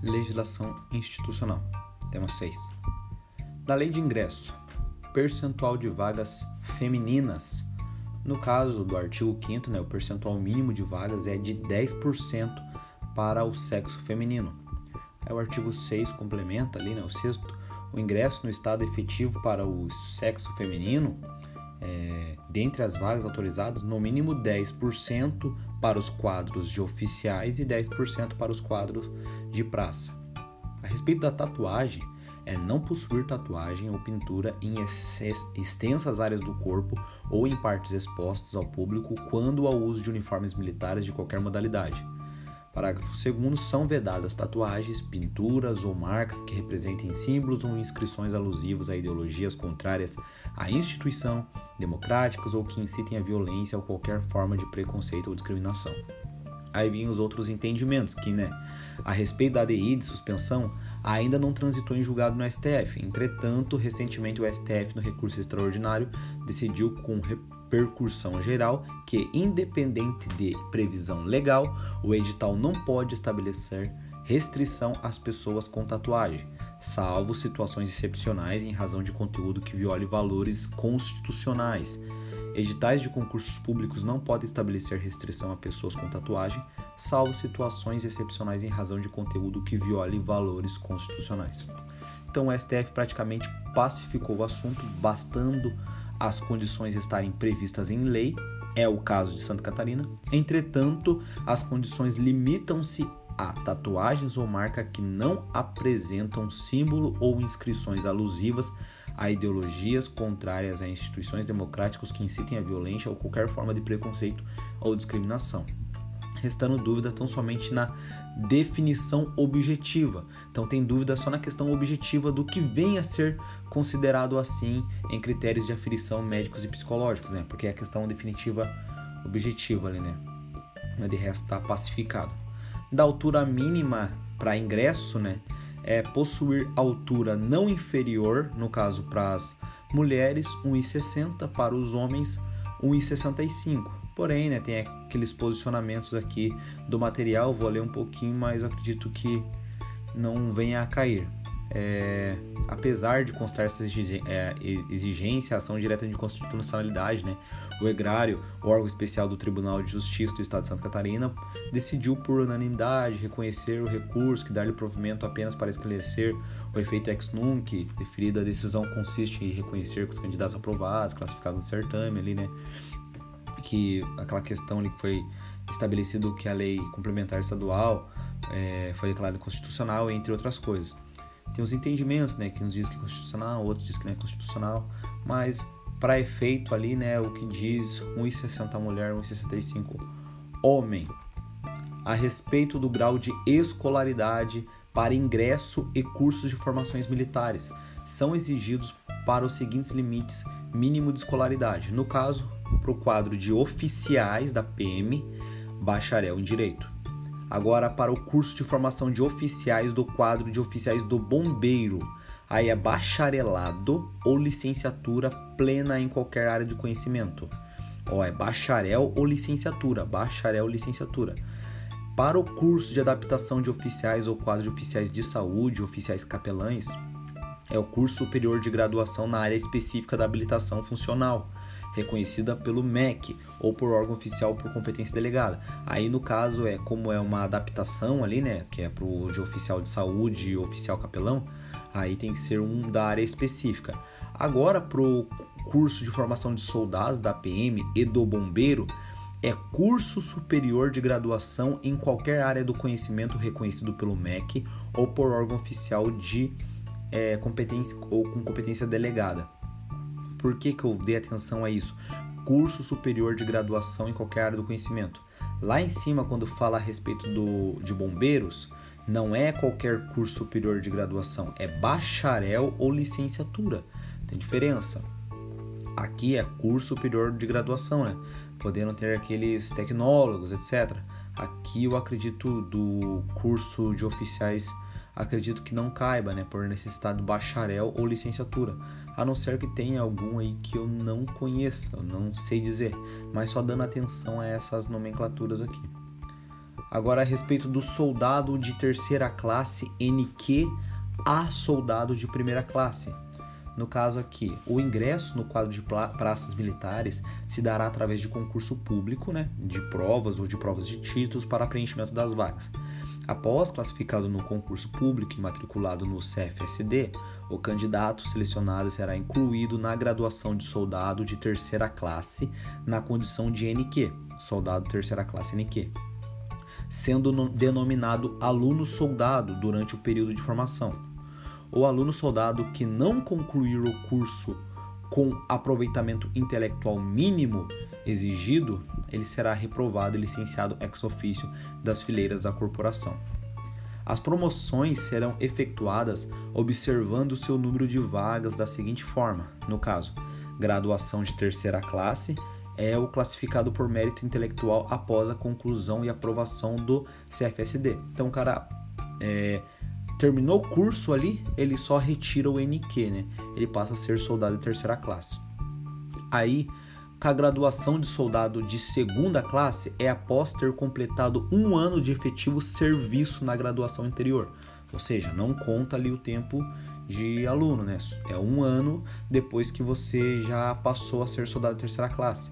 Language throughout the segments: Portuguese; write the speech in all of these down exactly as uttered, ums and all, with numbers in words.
Legislação institucional. Tema seis. Da lei de ingresso, percentual de vagas femininas. No caso do artigo quinto, né, o percentual mínimo de vagas é de dez por cento para o sexo feminino. Aí o artigo seis complementa ali, né, o sexto, o ingresso no estado efetivo para o sexo feminino, é, dentre as vagas autorizadas, no mínimo dez por cento para os quadros de oficiais e dez por cento para os quadros de praça. A respeito da tatuagem, é não possuir tatuagem ou pintura em extensas áreas do corpo ou em partes expostas ao público quando ao uso de uniformes militares de qualquer modalidade. Parágrafo segundo. São vedadas tatuagens, pinturas ou marcas que representem símbolos ou inscrições alusivos a ideologias contrárias à instituição, democráticas ou que incitem a violência ou qualquer forma de preconceito ou discriminação. Aí vêm os outros entendimentos, que, né, a respeito da A D I de suspensão, ainda não transitou em julgado no S T F. Entretanto, recentemente o S T F, no recurso extraordinário, decidiu com repercussão geral que, independente de previsão legal, o edital não pode estabelecer restrição às pessoas com tatuagem, salvo situações excepcionais em razão de conteúdo que viole valores constitucionais. Editais de concursos públicos não podem estabelecer restrição a pessoas com tatuagem, salvo situações excepcionais em razão de conteúdo que viole valores constitucionais. Então o S T F praticamente pacificou o assunto, bastando as condições estarem previstas em lei, é o caso de Santa Catarina. Entretanto, as condições limitam-se a tatuagens ou marca que não apresentam símbolo ou inscrições alusivas a ideologias contrárias a instituições democráticas que incitem a violência ou qualquer forma de preconceito ou discriminação. Restando dúvida tão somente na definição objetiva. Então tem dúvida só na questão objetiva do que vem a ser considerado assim em critérios de aferição médicos e psicológicos, né? Porque é a questão definitiva objetiva ali, né? Mas de resto está pacificado. Da altura mínima para ingresso, né? É possuir altura não inferior, no caso para as mulheres, um metro e sessenta, para os homens, um metro e sessenta e cinco. Porém, né, tem aqueles posicionamentos aqui do material, vou ler um pouquinho, mas eu acredito que não venha a cair. É, apesar de constar essa exigência, a ação direta de constitucionalidade, né, o egrário, o órgão especial do Tribunal de Justiça do Estado de Santa Catarina, decidiu por unanimidade reconhecer o recurso que dá-lhe provimento apenas para esclarecer o efeito ex nunc, referido à decisão consiste em reconhecer que os candidatos aprovados, classificados no certame, ali, né, que aquela questão ali que foi estabelecido que a lei complementar estadual é, foi declarada inconstitucional, entre outras coisas. Tem os entendimentos, né, que uns dizem que é constitucional, outros dizem que não é constitucional, mas para efeito ali, né, o que diz um metro e sessenta mulher, um metro e sessenta e cinco homem. A respeito do grau de escolaridade para ingresso e cursos de formações militares, são exigidos para os seguintes limites mínimo de escolaridade. No caso, para o quadro de oficiais da P M, bacharel em Direito. Agora, para o curso de formação de oficiais do quadro de oficiais do Bombeiro, aí é bacharelado ou licenciatura plena em qualquer área de conhecimento. Ó, é bacharel ou licenciatura, bacharel ou licenciatura. Para o curso de adaptação de oficiais ou quadro de oficiais de saúde, oficiais capelães, é o curso superior de graduação na área específica da habilitação funcional, reconhecida pelo M E C ou por órgão oficial por competência delegada. Aí no caso é como é uma adaptação ali, né, que é pro de oficial de saúde e oficial capelão, aí tem que ser um da área específica. Agora pro curso de formação de soldados da P M e do bombeiro é curso superior de graduação em qualquer área do conhecimento reconhecido pelo M E C ou por órgão oficial de é, competência ou com competência delegada. Por que que eu dei atenção a isso? Curso superior de graduação em qualquer área do conhecimento. Lá em cima, quando fala a respeito do, de bombeiros, não é qualquer curso superior de graduação, é bacharel ou licenciatura. Tem diferença. Aqui é curso superior de graduação, né? Podendo ter aqueles tecnólogos, etcétera. Aqui eu acredito do curso de oficiais, acredito que não caiba, né? Por necessidade do bacharel ou licenciatura. A não ser que tenha algum aí que eu não conheça, eu não sei dizer. Mas só dando atenção a essas nomenclaturas aqui. Agora, a respeito do soldado de terceira classe N Q a soldado de primeira classe. No caso aqui, o ingresso no quadro de praças militares se dará através de concurso público, né, de provas ou de provas de títulos para preenchimento das vagas. Após classificado no concurso público e matriculado no C F S D, o candidato selecionado será incluído na graduação de soldado de terceira classe na condição de N Q, soldado terceira classe N Q, sendo no, denominado aluno soldado durante o período de formação. O aluno soldado que não concluir o curso com aproveitamento intelectual mínimo exigido, ele será reprovado e licenciado ex officio das fileiras da corporação. As promoções serão efetuadas observando o seu número de vagas da seguinte forma. No caso, graduação de terceira classe é o classificado por mérito intelectual após a conclusão e aprovação do C F S D. Então, o cara é, terminou o curso ali, ele só retira o N Q, né? Ele passa a ser soldado de terceira classe. Aí, a graduação de soldado de segunda classe é após ter completado um ano de efetivo serviço na graduação anterior. Ou seja, não conta ali o tempo de aluno, né? É um ano depois que você já passou a ser soldado de terceira classe.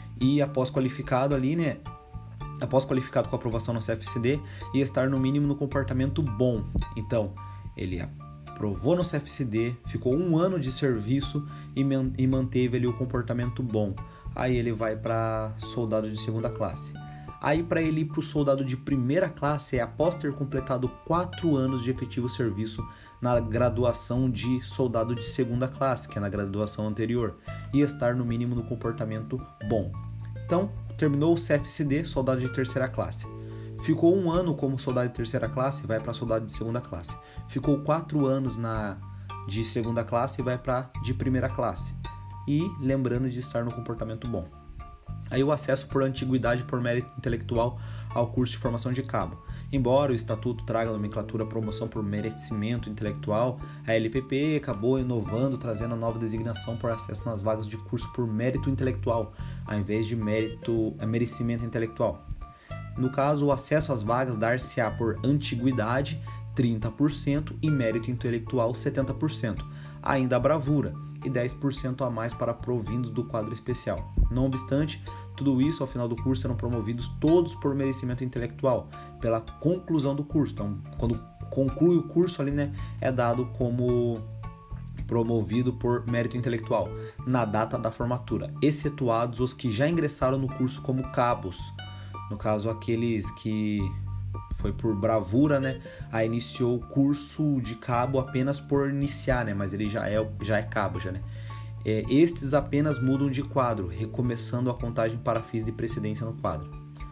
E após qualificado ali, né? Após qualificado com aprovação no C F S D e estar no mínimo no comportamento bom. Então, ele aprovou no C F S D, ficou um ano de serviço e, man- e manteve ali o comportamento bom. Aí ele vai para soldado de segunda classe. Aí para ele ir para o soldado de primeira classe é após ter completado quatro anos de efetivo serviço na graduação de soldado de segunda classe, que é na graduação anterior, e estar no mínimo no comportamento bom. Então, terminou o C F S D, soldado de terceira classe. Ficou um ano como soldado de terceira classe, vai para soldado de segunda classe. Ficou quatro anos na de segunda classe e vai para de primeira classe. E lembrando de estar no comportamento bom. Aí o acesso por antiguidade por mérito intelectual ao curso de formação de cabo. Embora o Estatuto traga a nomenclatura promoção por merecimento intelectual, a L P P acabou inovando, trazendo a nova designação por acesso nas vagas de curso por mérito intelectual, ao invés de mérito, merecimento intelectual. No caso, o acesso às vagas dar-se-á por antiguidade, trinta por cento, e mérito intelectual, setenta por cento. Ainda a bravura, e dez por cento a mais para provindos do quadro especial. Não obstante, tudo isso, ao final do curso, serão promovidos todos por merecimento intelectual, pela conclusão do curso. Então, quando conclui o curso ali, né, é dado como promovido por mérito intelectual, na data da formatura, excetuados os que já ingressaram no curso como cabos. No caso, aqueles que foi por bravura, né? Aí iniciou o curso de cabo apenas por iniciar, né? Mas ele já é, já é cabo, já, né? É, estes apenas mudam de quadro, recomeçando a contagem para fins de precedência no quadro.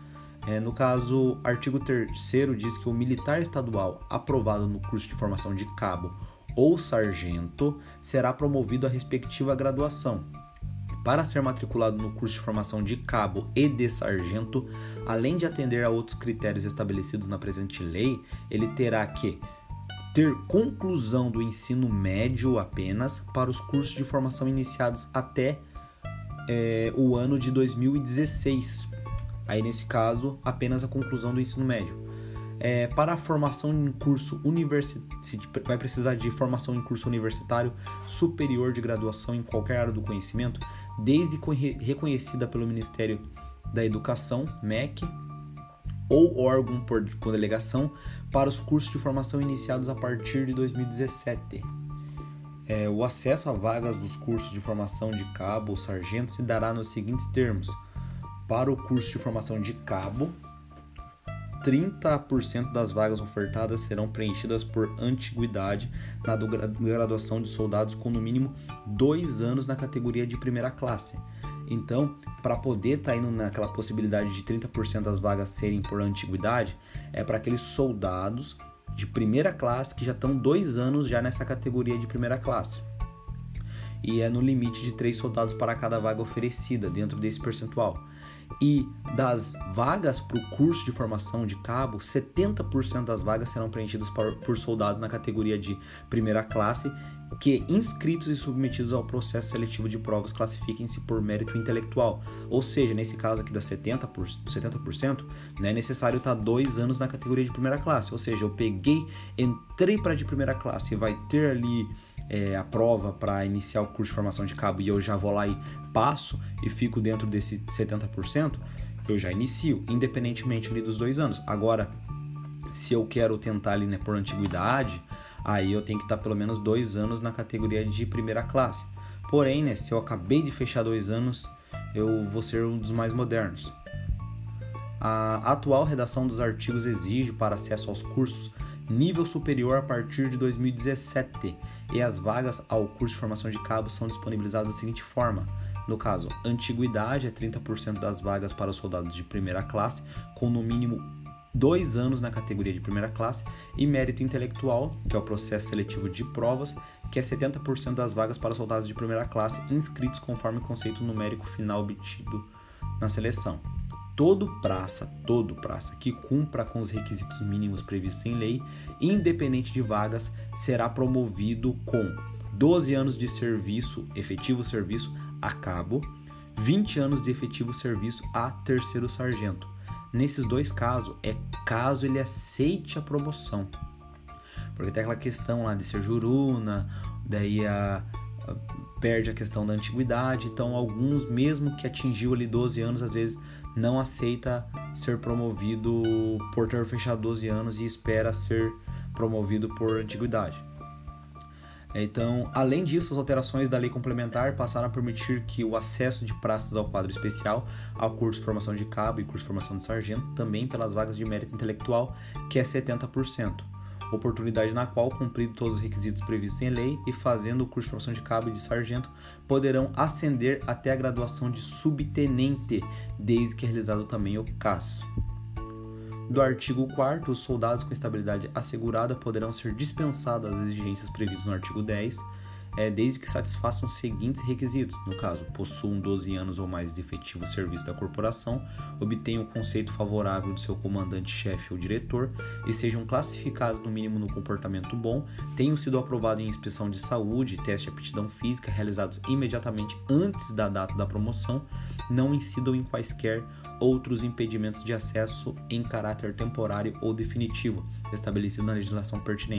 É, no caso, artigo terceiro diz que o militar estadual aprovado no curso de formação de cabo ou sargento será promovido à respectiva graduação. Para ser matriculado no curso de formação de cabo e de sargento, além de atender a outros critérios estabelecidos na presente lei, ele terá que ter conclusão do ensino médio apenas para os cursos de formação iniciados até é, o ano de dois mil e dezesseis. Aí, nesse caso, apenas a conclusão do ensino médio. É, para a formação em curso universitário, vai precisar de formação em curso universitário superior de graduação em qualquer área do conhecimento, desde reconhecida pelo Ministério da Educação, M E C, ou órgão por com delegação, para os cursos de formação iniciados a partir de dois mil e dezessete. É, o acesso a vagas dos cursos de formação de cabo ou sargento se dará nos seguintes termos. Para o curso de formação de cabo, trinta por cento das vagas ofertadas serão preenchidas por antiguidade na graduação de soldados com no mínimo dois anos na categoria de primeira classe. Então, para poder estar tá indo naquela possibilidade de trinta por cento das vagas serem por antiguidade, é para aqueles soldados de primeira classe que já estão dois anos já nessa categoria de primeira classe. E é no limite de três soldados para cada vaga oferecida dentro desse percentual. E das vagas para o curso de formação de cabo, setenta por cento das vagas serão preenchidas por, por soldados na categoria de primeira classe que inscritos e submetidos ao processo seletivo de provas classifiquem-se por mérito intelectual. Ou seja, nesse caso aqui das setenta por cento, setenta por cento, não é necessário estar dois anos na categoria de primeira classe. Ou seja, eu peguei, entrei para de primeira classe e vai ter ali é, a prova para iniciar o curso de formação de cabo e eu já vou lá e passo e fico dentro desse setenta por cento, eu já inicio, independentemente ali dos dois anos. Agora, se eu quero tentar ali, né, por antiguidade, aí eu tenho que estar pelo menos dois anos na categoria de primeira classe. Porém, né, se eu acabei de fechar dois anos, eu vou ser um dos mais modernos. A atual redação dos artigos exige para acesso aos cursos nível superior a partir de dois mil e dezessete e as vagas ao curso de formação de cabo são disponibilizadas da seguinte forma. No caso, antiguidade é trinta por cento das vagas para os soldados de primeira classe, com no mínimo dois anos na categoria de primeira classe, e mérito intelectual, que é o processo seletivo de provas, que é setenta por cento das vagas para soldados de primeira classe inscritos conforme o conceito numérico final obtido na seleção. Todo praça, todo praça que cumpra com os requisitos mínimos previstos em lei, independente de vagas, será promovido com doze anos de serviço, efetivo serviço a cabo, vinte anos de efetivo serviço a terceiro sargento. Nesses dois casos, é caso ele aceite a promoção. Porque tem aquela questão lá de ser juruna, daí a, a, perde a questão da antiguidade. Então, alguns, mesmo que atingiu ali doze anos, às vezes não aceita ser promovido por ter fechado doze anos e espera ser promovido por antiguidade. Então, além disso, as alterações da lei complementar passaram a permitir que o acesso de praças ao quadro especial, ao curso de formação de cabo e curso de formação de sargento, também pelas vagas de mérito intelectual, que é setenta por cento. Oportunidade na qual, cumprido todos os requisitos previstos em lei e fazendo o curso de formação de cabo e de sargento, poderão ascender até a graduação de subtenente, desde que realizado também o C A S. Do artigo quarto, os soldados com estabilidade assegurada poderão ser dispensados das exigências previstas no artigo dez, é, desde que satisfaçam os seguintes requisitos. No caso, possuam doze anos ou mais de efetivo serviço da corporação, obtenham o conceito favorável do seu comandante-chefe ou diretor e sejam classificados no mínimo no comportamento bom, tenham sido aprovados em inspeção de saúde e teste de aptidão física realizados imediatamente antes da data da promoção, não incidam em quaisquer outros impedimentos de acesso em caráter temporário ou definitivo, estabelecido na legislação pertinente.